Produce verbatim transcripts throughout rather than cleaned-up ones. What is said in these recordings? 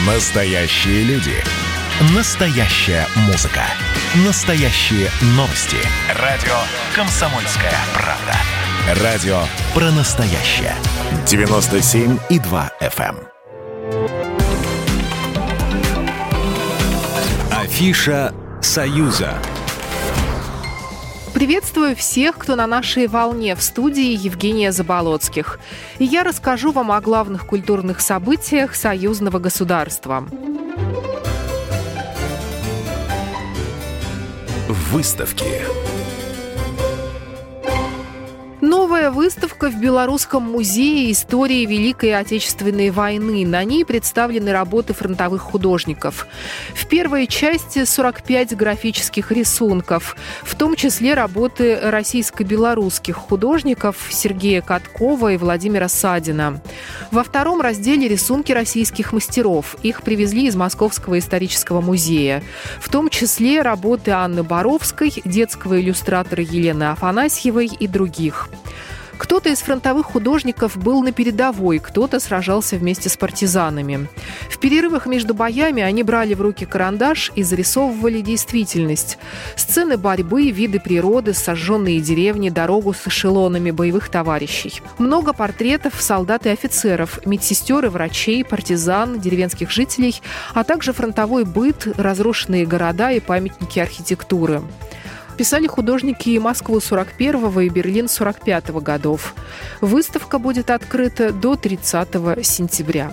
Настоящие люди. Настоящая музыка. Настоящие новости. Радио «Комсомольская правда». Радио про настоящее. девяносто семь и два эф эм. Афиша «Союза». Приветствую всех, кто на нашей волне. В студии Евгения Заболоцких. И я расскажу вам о главных культурных событиях союзного государства. Выставки. Новая выставка в Белорусском музее истории Великой Отечественной войны. На ней представлены работы фронтовых художников. В первой части сорок пять графических рисунков, в том числе работы российско-белорусских художников Сергея Каткова и Владимира Садина. Во втором разделе рисунки российских мастеров. Их привезли из Московского исторического музея. В том числе работы Анны Боровской, детского иллюстратора Елены Афанасьевой и других. Кто-то из фронтовых художников был на передовой, кто-то сражался вместе с партизанами. В перерывах между боями они брали в руки карандаш и зарисовывали действительность. Сцены борьбы, виды природы, сожженные деревни, дорогу с эшелонами боевых товарищей. Много портретов солдат и офицеров, медсестер и врачей, партизан, деревенских жителей, а также фронтовой быт, разрушенные города и памятники архитектуры. Писали художники и Москву сорок первого и Берлин сорок пятого годов. Выставка будет открыта до тридцатого сентября.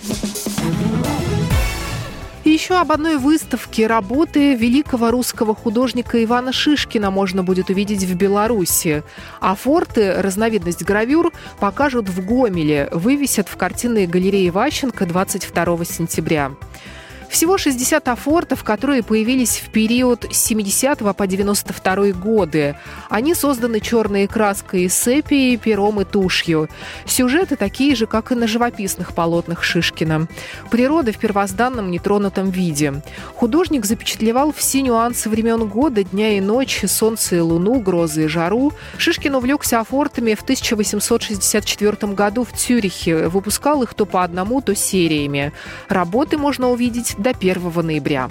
И еще об одной выставке. Работы великого русского художника Ивана Шишкина можно будет увидеть в Беларуси. А форты, разновидность гравюр, покажут в Гомеле. Вывесят в картинной галерее Ващенко двадцать второго сентября. Всего шестьдесят афортов, которые появились в период с семидесятого по девяносто второй годы. Они созданы черной краской и сепией, пером и тушью. Сюжеты такие же, как и на живописных полотнах Шишкина. Природа в первозданном нетронутом виде. Художник запечатлевал все нюансы времен года, дня и ночи, солнце и луну, грозы и жару. Шишкин увлекся афортами в тысяча восемьсот шестьдесят четвёртом году в Цюрихе. Выпускал их то по одному, то сериями. Работы можно увидеть до первого ноября.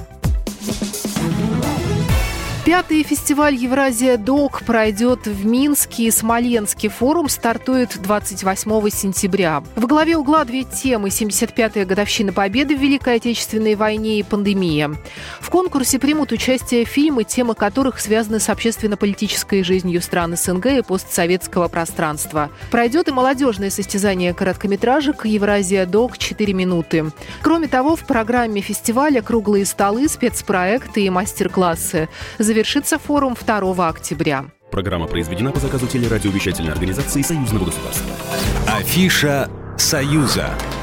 Пятый фестиваль «Евразия Док» пройдет в Минске и Смоленске. Форум стартует двадцать восьмого сентября. В главе угла две темы: семьдесят пятая годовщина Победы в Великой Отечественной войне и пандемия. В конкурсе примут участие фильмы, темы которых связаны с общественно-политической жизнью стран СНГ и постсоветского пространства. Пройдет и молодежное состязание короткометражек «Евразия Док. четыре минуты». Кроме того, в программе фестиваля круглые столы, спецпроекты и мастер-классы. Завершится форум второго октября. Программа произведена по заказу телерадиовещательной организации Союзного государства. Афиша «Союза».